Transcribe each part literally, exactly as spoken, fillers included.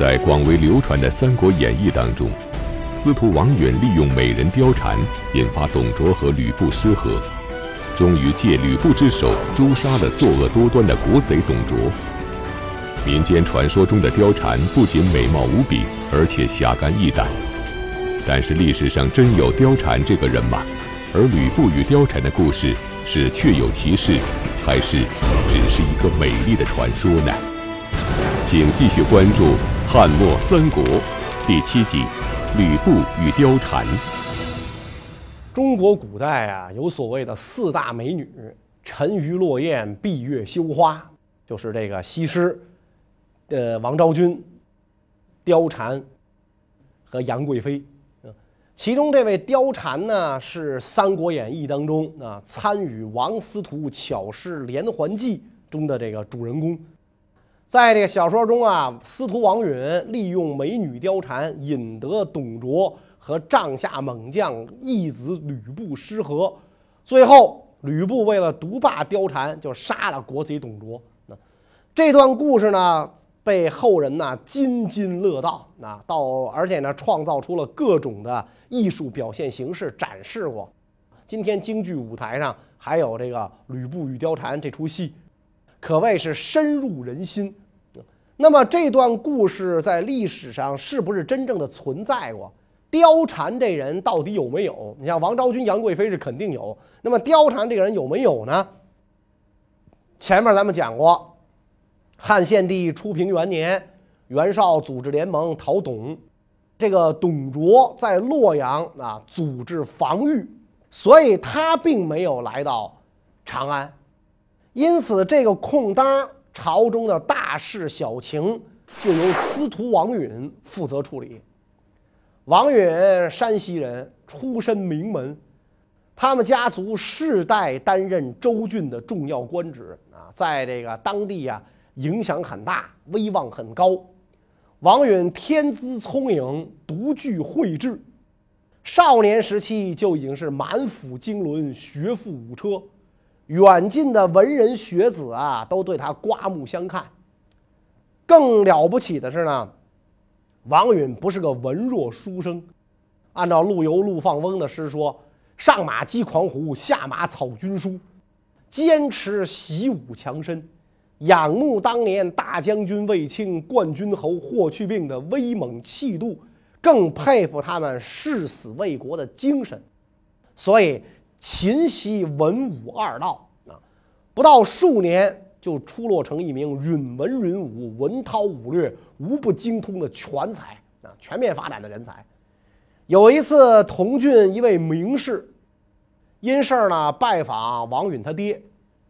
在广为流传的《三国演义》当中，司徒王允利用美人貂蝉，引发董卓和吕布失和，终于借吕布之手诛杀了作恶多端的国贼董卓。民间传说中的貂蝉不仅美貌无比，而且侠肝义胆。但是历史上真有貂蝉这个人吗？而吕布与貂蝉的故事是确有其事，还是只是一个美丽的传说呢？请继续关注《汉末三国》第七集《吕布与貂蝉》。 中国古代啊，有所谓的四大美女：沉鱼落雁、闭月羞花，就是这个西施、呃王昭君、貂蝉和杨贵妃。其中这位貂蝉呢，是《三国演义》当中啊参与王司徒巧施连环计中的这个主人公。在这个小说中啊，司徒王允利用美女貂蝉引得董卓和帐下猛将义子吕布失和，最后吕布为了独霸貂蝉，就杀了国贼董卓。这段故事呢，被后人呢津津乐道啊，到而且呢创造出了各种的艺术表现形式展示过。今天京剧舞台上还有这个《吕布与貂蝉》这出戏，可谓是深入人心。那么这段故事在历史上是不是真正的存在过？貂蝉这人到底有没有？你像王昭君、杨贵妃是肯定有，那么貂蝉这个人有没有呢？前面咱们讲过，汉献帝初平元年，袁绍组织联盟讨董，这个董卓在洛阳啊组织防御，所以他并没有来到长安，因此这个空当朝中的大事小情就由司徒王允负责处理。王允山西人，出身名门，他们家族世代担任州郡的重要官职啊，在这个当地啊影响很大，威望很高。王允天资聪颖，独具慧智，少年时期就已经是满腹经纶，学富五车，远近的文人学子啊都对他刮目相看。更了不起的是呢，王允不是个文弱书生，按照陆游、陆放翁的诗说，上马击狂虎，下马草军书，坚持习武强身，仰慕当年大将军卫青、冠军侯霍去病的威猛气度，更佩服他们誓死为国的精神，所以勤习文武二道啊，不到数年就出落成一名允文允武、文韬武略无不精通的全才啊，全面发展的人才。有一次，同郡一位名士因事呢拜访王允他爹，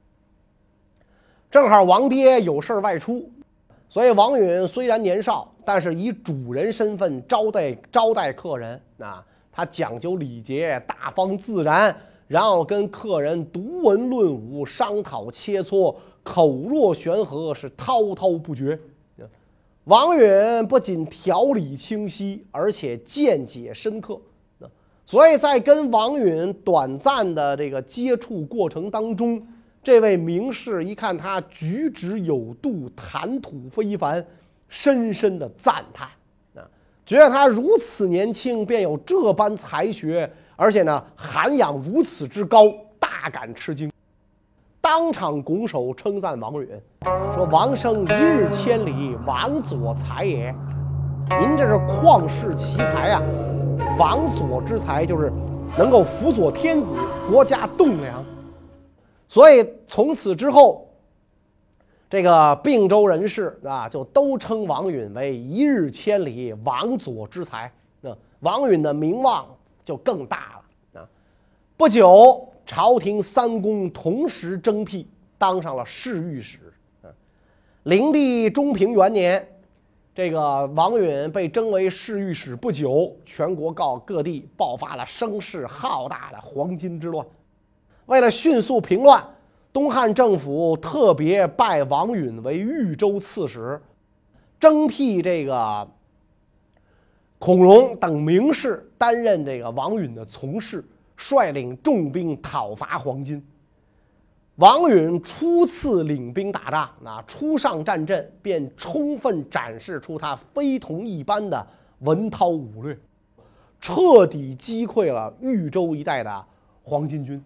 正好王爹有事外出，所以王允虽然年少，但是以主人身份招待招待客人啊，他讲究礼节，大方自然，然后跟客人读文论武，商讨切磋，口若悬河，是滔滔不绝。王允不仅条理清晰，而且见解深刻，所以在跟王允短暂的这个接触过程当中，这位名士一看他举止有度，谈吐非凡，深深的赞叹啊，觉得他如此年轻便有这般才学，而且呢涵养如此之高，大感吃惊，当场拱手称赞王允，说：“王生一日千里，王佐才也。您这是旷世奇才啊！王佐之才就是能够辅佐天子，国家栋梁。”所以从此之后，这个并州人士啊，就都称王允为一日千里王佐之才。那王允的名望就更大了啊！不久，朝廷三公同时征辟，当上了侍御史。灵帝中平元年，这个王允被征为侍御史不久，全国告各地爆发了声势浩大的黄巾之乱。为了迅速平乱，东汉政府特别拜王允为豫州刺史，征辟这个孔融等名士担任这个王允的从事，率领重兵讨伐黄巾。 王允初次领兵打仗，啊，初上战阵便充分展示出他非同一般的文韬武略，彻底击溃了豫州一带的黄巾军。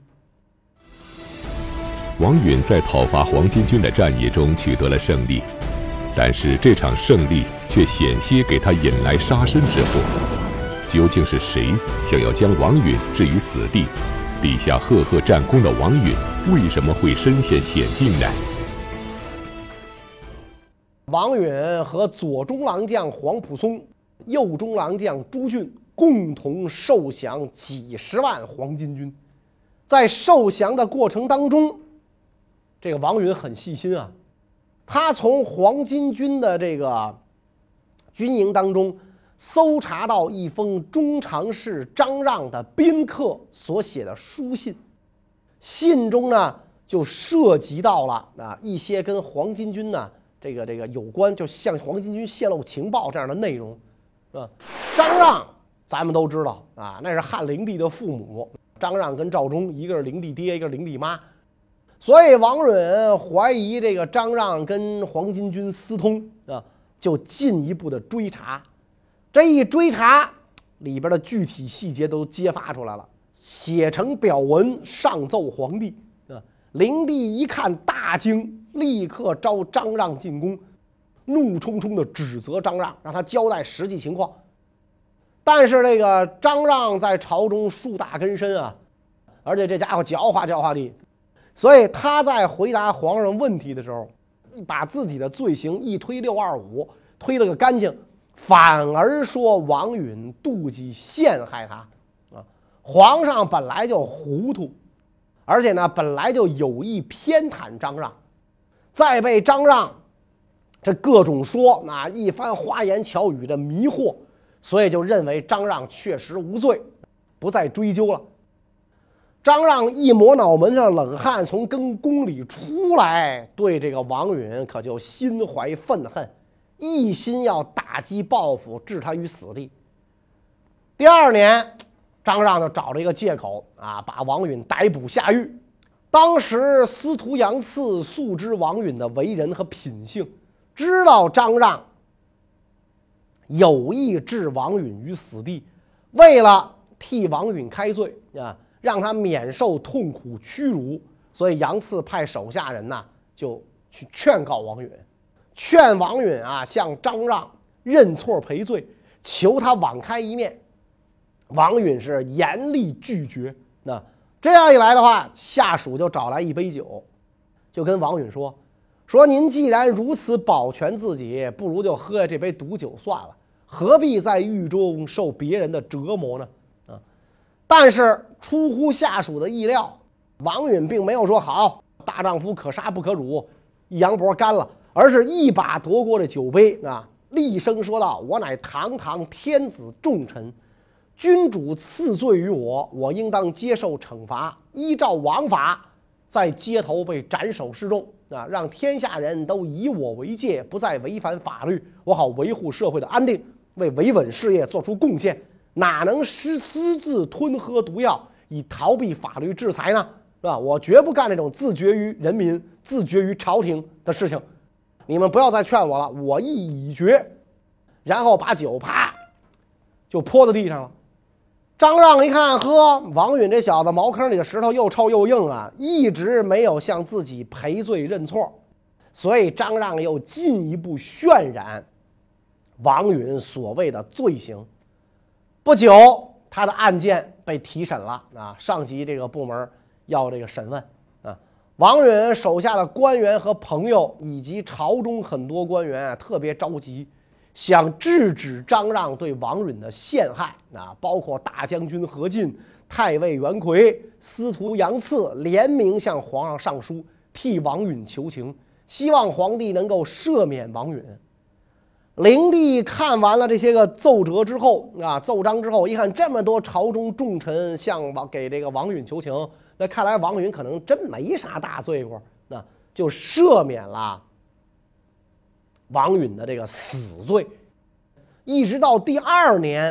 王允在讨伐黄巾军的战役中取得了胜利，但是这场胜利却险些给他引来杀身之祸。究竟是谁想要将王允置于死地？立下赫赫战功的王允为什么会身陷险境呢？ 王允和左中郎将黄埔松、右中郎将朱俊共同受降几十万黄巾军。在受降的过程当中，这个王允很细心啊，他从黄巾军的这个军营当中搜查到一封中常侍张让的宾客所写的书信，信中呢就涉及到了啊一些跟黄巾军呢这个这个有关，就向黄巾军泄露情报这样的内容，啊，张让咱们都知道啊，那是汉灵帝的父母，张让跟赵忠一个是灵帝爹，一个是灵帝妈，所以王允怀疑这个张让跟黄巾军私通啊，就进一步的追查。这一追查，里边的具体细节都揭发出来了，写成表文上奏皇帝啊。灵帝一看大惊，立刻召张让进宫，怒冲冲地指责张让，让他交代实际情况。但是这个张让在朝中树大根深啊，而且这家伙狡猾狡猾的，所以他在回答皇上问题的时候，把自己的罪行一推六二五，推了个干净。反而说王允妒忌陷害他啊！皇上本来就糊涂，而且呢本来就有意偏袒张让，再被张让这各种说那一番花言巧语的迷惑，所以就认为张让确实无罪，不再追究了。张让一抹脑门上冷汗，从跟宫里出来，对这个王允可就心怀愤恨，一心要打击报复，置他于死地。第二年，张让就找了一个借口啊，把王允逮捕下狱。当时司徒杨赐素知王允的为人和品性，知道张让有意置王允于死地，为了替王允开罪啊，让他免受痛苦屈辱，所以杨赐派手下人呐，就去劝告王允。劝王允啊向张让认错赔罪，求他网开一面。王允是严厉拒绝。那这样一来的话，下属就找来一杯酒，就跟王允说：“说您既然如此保全自己，不如就喝下这杯毒酒算了，何必在狱中受别人的折磨呢？”啊！但是出乎下属的意料，王允并没有说好，大丈夫可杀不可辱，一扬脖干了。而是一把夺过这酒杯啊，厉声说道：“我乃堂堂天子重臣，君主赐罪于我，我应当接受惩罚，依照王法，在街头被斩首示众啊，让天下人都以我为戒，不再违反法律，我好维护社会的安定，为维稳事业做出贡献。哪能私私自吞喝毒药，以逃避法律制裁呢？是吧？我绝不干这种自绝于人民、自绝于朝廷的事情。你们不要再劝我了，我意已决。”然后把酒啪就泼到地上了。张让一看，呵，王允这小子茅坑里的石头又臭又硬啊，一直没有向自己赔罪认错，所以张让又进一步渲染王允所谓的罪行。不久，他的案件被提审了啊，上级这个部门要这个审问啊。王允手下的官员和朋友以及朝中很多官员啊，特别着急，想制止张让对王允的陷害啊，包括大将军何进、太尉袁奎、司徒杨赐联名向皇上上书，替王允求情，希望皇帝能够赦免王允。灵帝看完了这些个奏折之后啊，奏章之后，一看这么多朝中重臣向王给这个王允求情，那看来王允可能真没啥大罪过，那就赦免了王允的这个死罪。一直到第二年，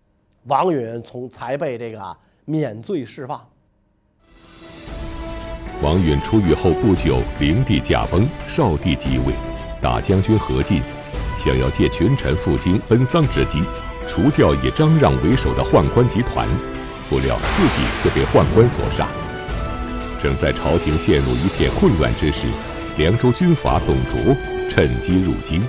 王允从才被这个免罪释放。 王允出狱后不久，灵帝驾崩，少帝即位，大将军何进想要借群臣赴京奔丧之机，除掉以张让为首的宦官集团，不料自己却被宦官所杀。正在朝廷陷入一片混乱之时，凉州军阀董卓趁机入京。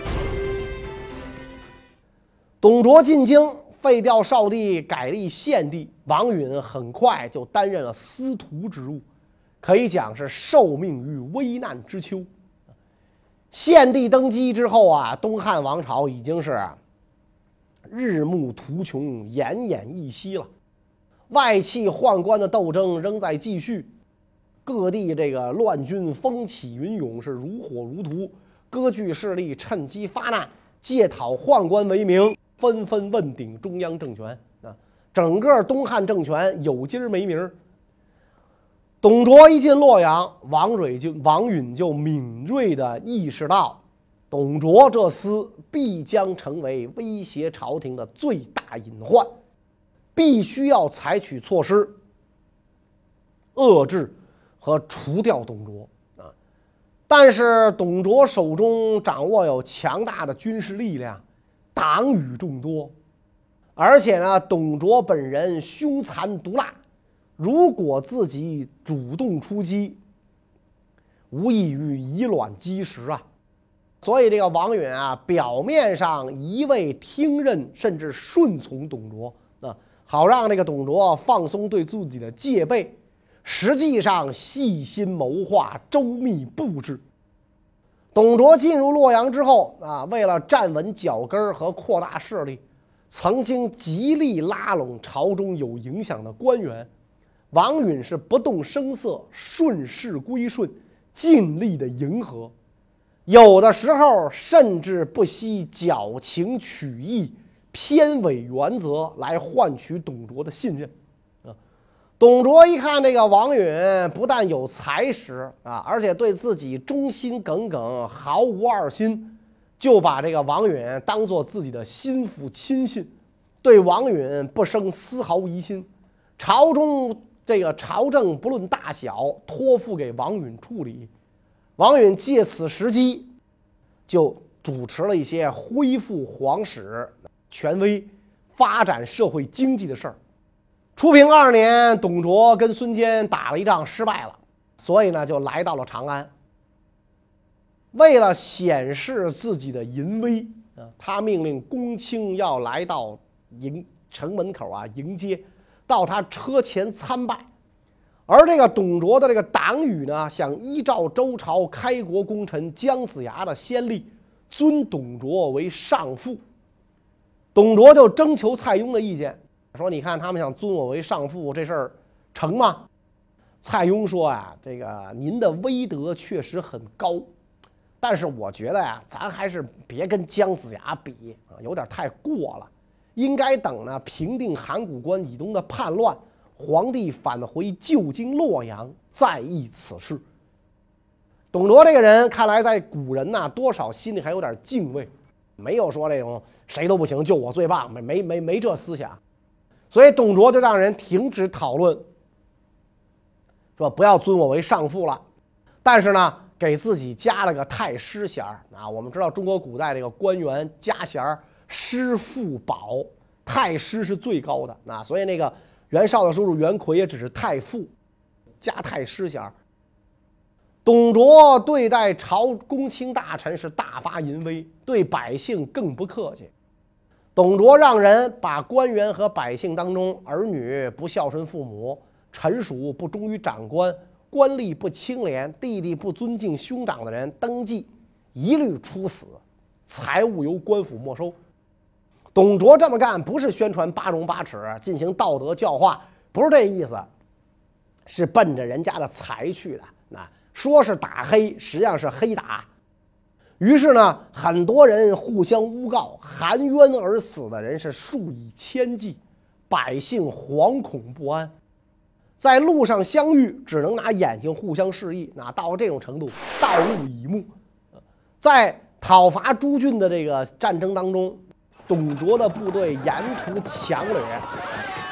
董卓进京，废掉少帝，改立献帝，王允很快就担任了司徒职务，可以讲是受命于危难之秋。献帝登基之后啊，东汉王朝已经是日暮途穷，奄奄一息了。外戚宦官的斗争仍在继续，各地这个乱军风起云涌，是如火如荼。割据势力趁机发难，借讨宦官为名，纷纷问鼎中央政权啊！整个东汉政权有今儿没名儿。董卓一进洛阳，王蕊就王允就敏锐地意识到，董卓这厮必将成为威胁朝廷的最大隐患，必须要采取措施遏制和除掉董卓啊！但是董卓手中掌握有强大的军事力量，党羽众多，而且呢，董卓本人凶残毒辣。如果自己主动出击，无异于以卵击石啊！所以这个王允啊，表面上一味听任甚至顺从董卓啊，好让这个董卓放松对自己的戒备，实际上细心谋划，周密布置。董卓进入洛阳之后啊，为了站稳脚跟和扩大势力，曾经极力拉拢朝中有影响的官员。王允是不动声色，顺势归顺，尽力的迎合，有的时候甚至不惜矫情曲意、偏违原则来换取董卓的信任。啊，董卓一看这个王允不但有才识啊，而且对自己忠心耿耿，毫无二心，就把这个王允当作自己的心腹亲信，对王允不生丝毫疑心。朝中这个朝政不论大小，托付给王允处理。王允借此时机，就主持了一些恢复皇室权威、发展社会经济的事儿。初平二年，董卓跟孙坚打了一仗失败了，所以呢，就来到了长安。为了显示自己的淫威啊，他命令公卿要来到迎城门口啊迎接。到他车前参拜，而这个董卓的这个党羽呢，想依照周朝开国功臣姜子牙的先例，尊董卓为上父。董卓就征求蔡邕的意见，说：“你看他们想尊我为上父，这事儿成吗？”蔡邕说：“啊，这个您的威德确实很高，但是我觉得呀，咱还是别跟姜子牙比啊，有点太过了。应该等呢平定函谷关以东的叛乱，皇帝返回旧京洛阳，再议此事。”董卓这个人看来在古人呐、啊，多少心里还有点敬畏，没有说这种谁都不行，就我最棒，没没没没这思想。所以董卓就让人停止讨论，说不要尊我为上父了，但是呢，给自己加了个太师衔啊。我们知道中国古代这个官员加衔儿。师父保，太师是最高的啊，所以那个袁绍的叔叔袁奎也只是太傅，加太师衔。董卓对待朝公卿大臣是大发淫威，对百姓更不客气。董卓让人把官员和百姓当中儿女不孝顺父母、臣属不忠于长官、官吏不清廉、弟弟不尊敬兄长的人登记，一律处死，财物由官府没收。董卓这么干不是宣传八荣八耻，进行道德教化，不是这意思，是奔着人家的财去的。那说是打黑，实际上是黑打。于是呢，很多人互相诬告，含冤而死的人是数以千计，百姓惶恐不安，在路上相遇只能拿眼睛互相示意，那到了这种程度，道路以目。在讨伐诸郡的这个战争当中，董卓的部队沿途强掠，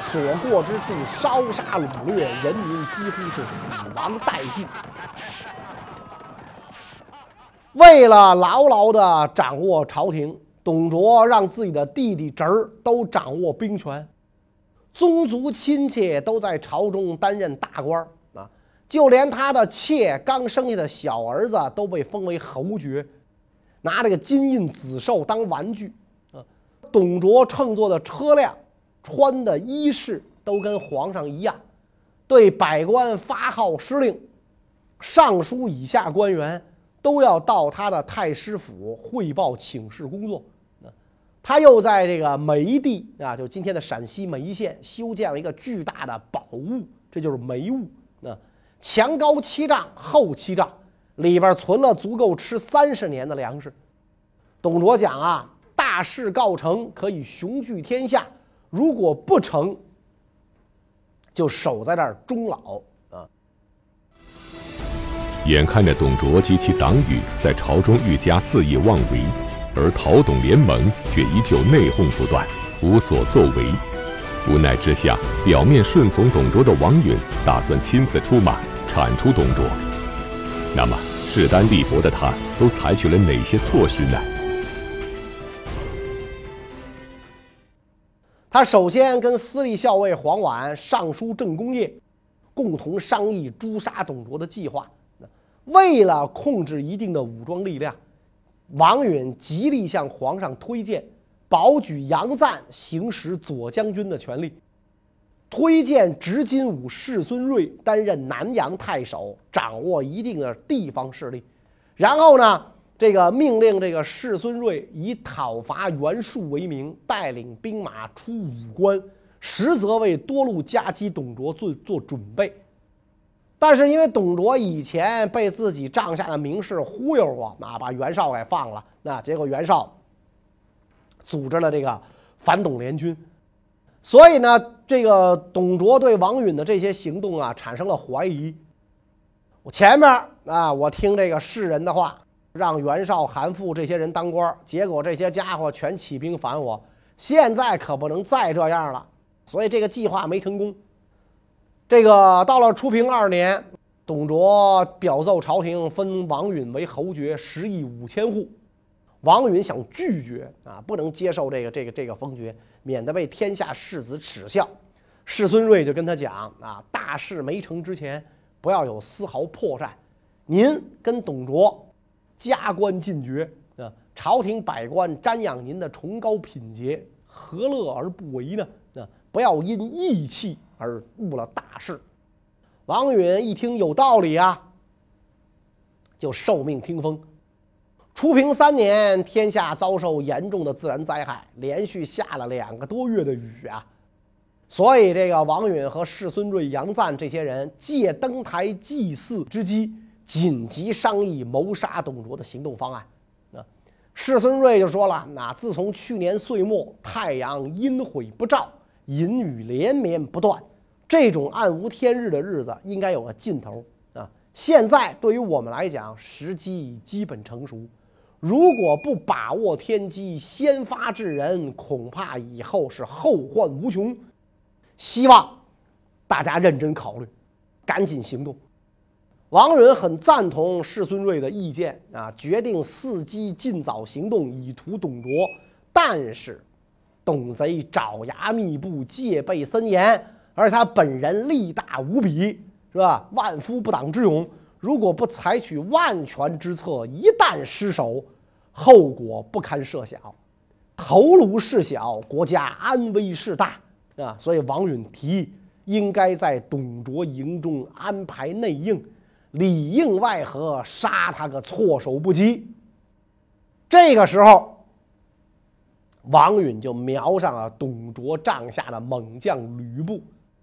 所过之处烧杀掳掠，人民几乎是死亡殆尽。为了牢牢地掌握朝廷，董卓让自己的弟弟侄儿都掌握兵权，宗族亲戚都在朝中担任大官啊，就连他的妾刚生下的小儿子都被封为侯爵，拿这个金印紫绶当玩具啊。董卓乘坐的车辆、穿的衣饰都跟皇上一样，对百官发号施令，尚书以下官员都要到他的太师府汇报请示工作。他又在这个梅地啊，就今天的陕西梅县修建了一个巨大的宝物，这就是梅坞啊，墙高七丈，厚七丈，里边存了足够吃三十年的粮食。董卓讲啊，大事告成可以雄踞天下，如果不成，就守在这儿终老啊。 眼看着董卓及其党羽在朝中愈加肆意妄为，而讨董联盟却依旧内讧不断，无所作为。无奈之下，表面顺从董卓的王允打算亲自出马铲除董卓。那么势单力薄的他都采取了哪些措施呢？ 他首先跟司隶校尉黄琬、尚书郑公业共同商议诛杀董卓的计划。为了控制一定的武装力量，王允极力向皇上推荐保举杨赞行使左将军的权力，推荐执金吾士孙睿担任南阳太守，掌握一定的地方势力。然后呢，这个命令这个士孙睿以讨伐袁术为名，带领兵马出武关，实则为多路夹击董卓做做准备。但是因为董卓以前被自己帐下的名士忽悠过啊，把袁绍给放了，那结果袁绍组织了这个反董联军，所以呢，这个董卓对王允的这些行动啊产生了怀疑。我前面啊，我听这个士人的话，让袁绍、韩馥这些人当官，结果这些家伙全起兵反我，现在可不能再这样了，所以这个计划没成功。这个到了初平二年，董卓表奏朝廷，封王允为侯爵，十亿五千户。王允想拒绝啊，不能接受这个这个这个封爵，免得被天下士子耻笑。士孙睿就跟他讲啊，大事没成之前，不要有丝毫破绽。您跟董卓加官进爵啊，朝廷百官瞻仰您的崇高品节，何乐而不为呢？啊，不要因义气而误了大事。王允一听有道理啊，就受命听封。初平三年，天下遭受严重的自然灾害，连续下了两个多月的雨啊，所以这个王允和士孙睿、杨赞这些人借登台祭祀之机，紧急商议谋杀董卓的行动方案。啊，士孙睿就说了，那自从去年岁末，太阳阴晦不照，阴雨连绵不断，这种暗无天日的日子应该有个尽头啊！现在对于我们来讲，时机已基本成熟，如果不把握天机，先发制人，恐怕以后是后患无穷。希望大家认真考虑，赶紧行动。王允很赞同士孙睿的意见啊，决定伺机尽早行动，以图董卓。但是董贼爪牙密布，戒备森严，而他本人力大无比，是吧？万夫不挡之勇。如果不采取万全之策，一旦失手，后果不堪设想。头颅事小，国家安危事大啊！所以王允提议，应该在董卓营中安排内应，里应外合，杀他个措手不及。这个时候，王允就瞄上了董卓帐下的猛将吕布。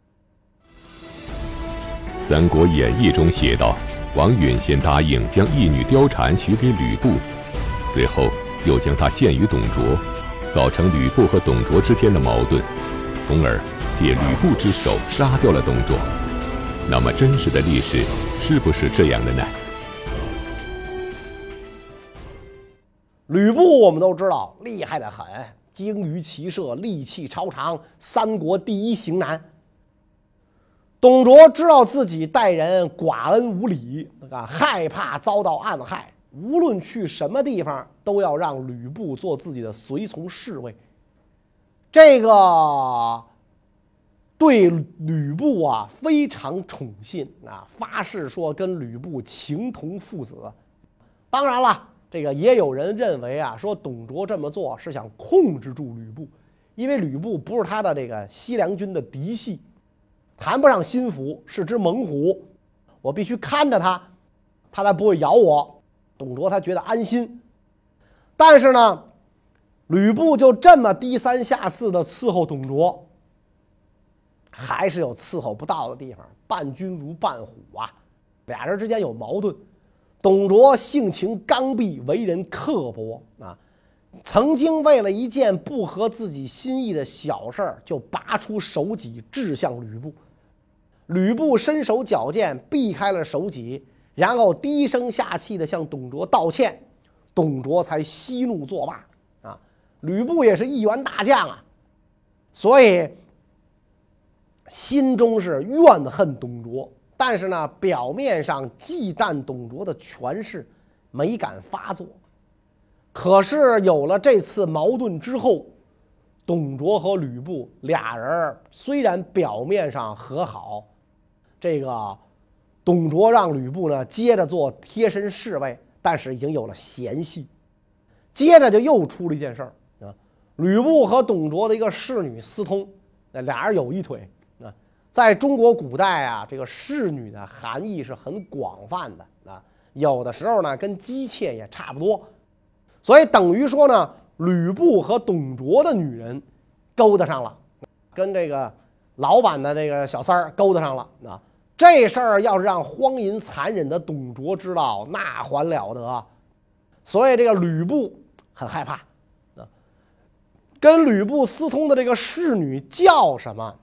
《三国演义》中写道，王允先答应将义女貂蝉许给吕布，随后又将她献于董卓，造成吕布和董卓之间的矛盾，从而借吕布之手杀掉了董卓。那么真实的历史是不是这样的呢？ 吕布我们都知道厉害得很， 精于骑射，力气超常，三国第一型男。董卓知道自己待人寡恩无礼啊，害怕遭到暗害，无论去什么地方都要让吕布做自己的随从侍卫。这个对吕布啊非常宠信啊，发誓说跟吕布情同父子。当然了，这个也有人认为啊，说董卓这么做是想控制住吕布，因为吕布不是他的这个西凉军的嫡系。谈不上心腹，是只猛虎，我必须看着他，他才不会咬我。董卓他觉得安心。但是呢，吕布就这么低三下四的伺候董卓，还是有伺候不到的地方，伴君如伴虎啊，俩人之间有矛盾。董卓性情刚愎，为人刻薄啊，曾经为了一件不合自己心意的小事儿，就拔出手戟掷向吕布。吕布身手矫健，避开了手戟，然后低声下气地向董卓道歉，董卓才息怒作罢啊。吕布也是一员大将啊，所以心中是怨恨董卓，但是呢，表面上忌惮董卓的权势，没敢发作。可是有了这次矛盾之后，董卓和吕布俩人虽然表面上和好，这个董卓让吕布呢接着做贴身侍卫，但是已经有了嫌隙。接着就又出了一件事儿啊，吕布和董卓的一个侍女私通，那俩人有一腿啊。在中国古代啊，这个侍女的含义是很广泛的啊，有的时候呢跟姬妾也差不多，所以等于说呢，吕布和董卓的女人勾搭上了，跟这个老板的这个小三儿勾搭上了啊。这事儿要是让荒淫残忍的董卓知道，那还了得。所以这个吕布很害怕啊。跟吕布私通的这个侍女叫什么？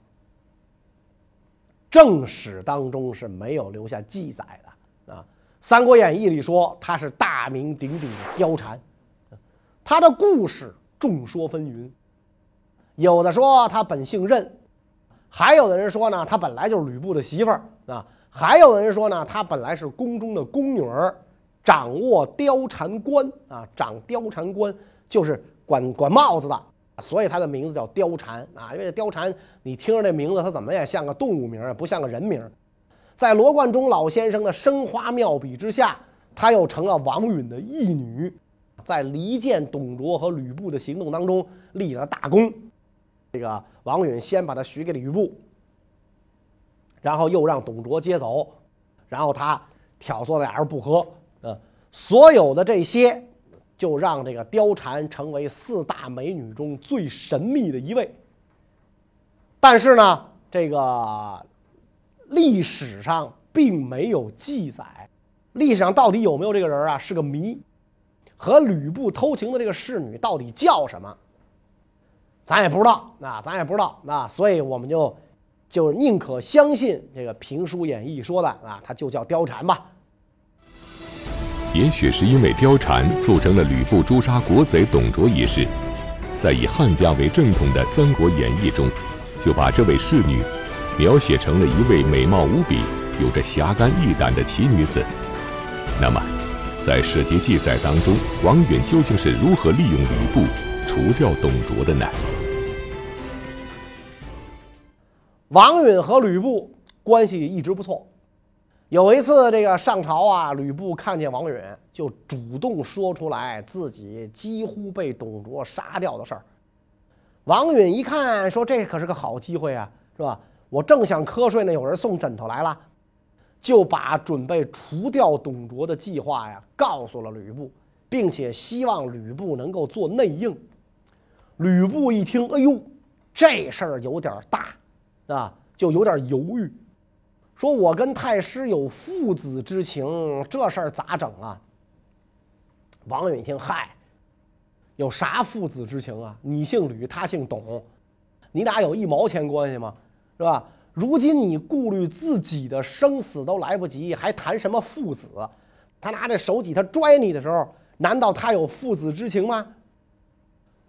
正史当中是没有留下记载的啊。《三国演义》里说她是大名鼎鼎的貂蝉，她的故事众说纷纭，有的说她本姓任，还有的人说呢，她本来就是吕布的媳妇儿啊，还有的人说呢，她本来是宫中的宫女儿，掌握貂蝉冠啊，掌貂蝉冠就是管管帽子的，所以她的名字叫貂蝉啊。因为这貂蝉，你听着这名字，它怎么也像个动物名，不像个人名。在罗贯中老先生的生花妙笔之下，她又成了王允的义女，在离间董卓和吕布的行动当中立了大功。这个王允先把他许给吕布，然后又让董卓接走，然后他挑唆俩人不和，呃，所有的这些就让这个貂蝉成为四大美女中最神秘的一位。但是呢，这个历史上并没有记载，历史上到底有没有这个人啊，是个谜。和吕布偷情的这个侍女到底叫什么？咱也不知道，那咱也不知道，那所以我们就就宁可相信这个评书演义说的啊，他就叫貂蝉吧。 也许是因为貂蝉促成了吕布诛杀国贼董卓一事，在以汉家为正统的《三国演义》中，就把这位侍女描写成了一位美貌无比、有着侠肝义胆的奇女子。那么，在史籍记载当中，王允究竟是如何利用吕布除掉董卓的呢？ 王允和吕布关系一直不错。有一次，这个上朝啊，吕布看见王允，就主动说出来自己几乎被董卓杀掉的事儿。王允一看，说这可是个好机会啊，是吧？我正想瞌睡呢，有人送枕头来了，就把准备除掉董卓的计划呀告诉了吕布，并且希望吕布能够做内应。吕布一听，哎呦，这事儿有点大啊，就有点犹豫，说我跟太师有父子之情，这事儿咋整啊？王允一听，嗨，有啥父子之情啊？你姓吕，他姓董，你俩有一毛钱关系吗？是吧？如今你顾虑自己的生死都来不及，还谈什么父子？他拿着手戟他拽你的时候，难道他有父子之情吗？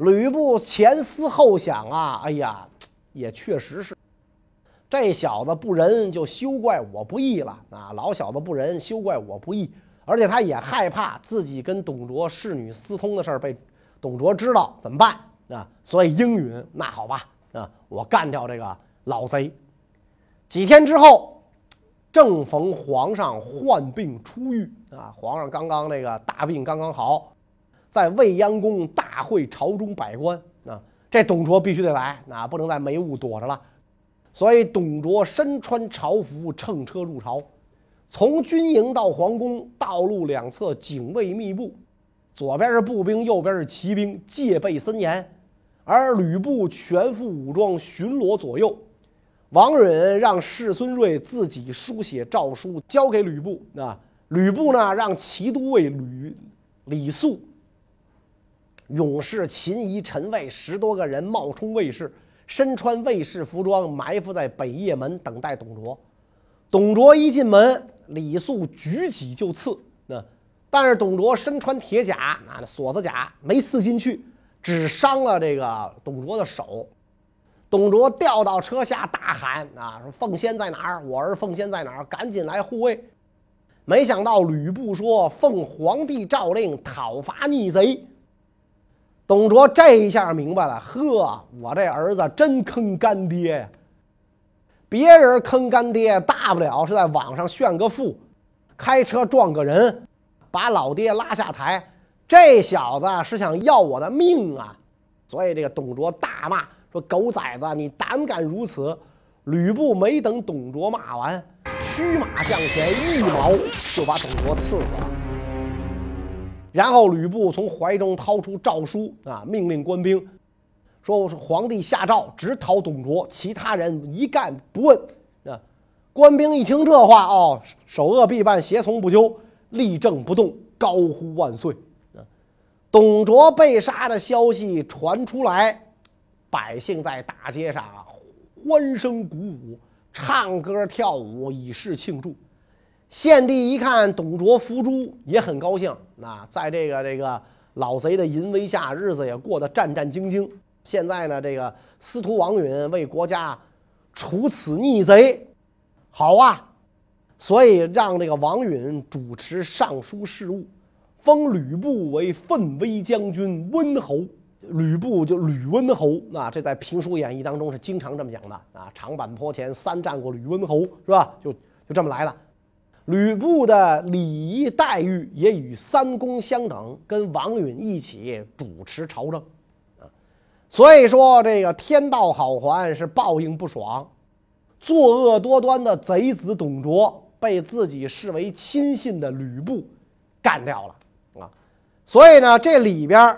吕布前思后想啊，哎呀，也确实是，这小子不仁，就休怪我不义了啊！老小子不仁，休怪我不义。而且他也害怕自己跟董卓侍女私通的事儿被董卓知道，怎么办啊？所以应允，那好吧，啊，我干掉这个老贼。几天之后，正逢皇上患病初愈啊，皇上刚刚那个大病刚刚好，在未央宫大会朝中百官啊，这董卓必须得来，那不能在眉屋躲着了。所以董卓身穿朝服，乘车入朝。从军营到皇宫，道路两侧警卫密布，左边是步兵，右边是骑兵，戒备森严。而吕布全副武装巡逻左右。王允让士孙瑞自己书写诏书交给吕布啊，吕布呢让骑都尉吕李肃、勇士秦仪、陈卫十多个人冒充卫士，身穿卫士服装，埋伏在北掖门等待董卓。董卓一进门，李肃举戟就刺，那但是董卓身穿铁甲，啊，锁子甲没刺进去，只伤了这个董卓的手。董卓掉到车下大喊啊，说奉先在哪儿？我儿奉先在哪儿？赶紧来护卫。没想到吕布说奉皇帝诏令讨伐逆贼。董卓这一下明白了，呵，我这儿子真坑干爹呀！别人坑干爹，大不了是在网上炫个富，开车撞个人，把老爹拉下台。这小子是想要我的命啊！所以这个董卓大骂说：“狗崽子，你胆敢如此！”吕布没等董卓骂完，驱马向前，一矛就把董卓刺死了。然后吕布从怀中掏出诏书啊，命令官兵说：“皇帝下诏，只讨董卓，其他人一概不问。”啊，官兵一听这话，哦，首恶必办，胁从不究，立正不动，高呼万岁。啊，董卓被杀的消息传出来，百姓在大街上啊欢声鼓舞，唱歌跳舞，以示庆祝。献帝一看董卓伏诛，也很高兴。那在这个这个老贼的淫威下，日子也过得战战兢兢。现在呢，这个司徒王允为国家除此逆贼，好啊！所以让这个王允主持尚书事务，封吕布为奋威将军、温侯。吕布就吕温侯啊，这在评书演义当中是经常这么讲的啊。长坂坡前三战过吕温侯，是吧？就就这么来的。吕布的礼仪待遇也与三公相等，跟王允一起主持朝政啊。所以说，这个天道好还是报应不爽，作恶多端的贼子董卓被自己视为亲信的吕布干掉了啊。所以呢，这里边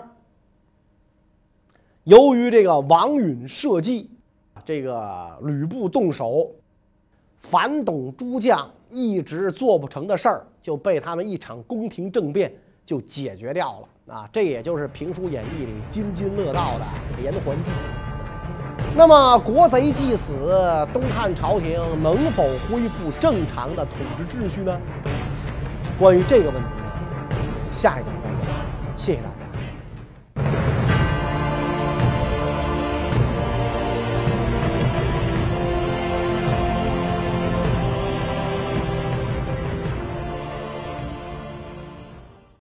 由于这个王允设计，这个吕布动手反董诸将一直做不成的事儿，就被他们一场宫廷政变就解决掉了啊！这也就是评书演义里津津乐道的连环计。那么国贼既死，东汉朝廷能否恢复正常的统治秩序呢？关于这个问题呢，下一讲再讲。谢谢大家。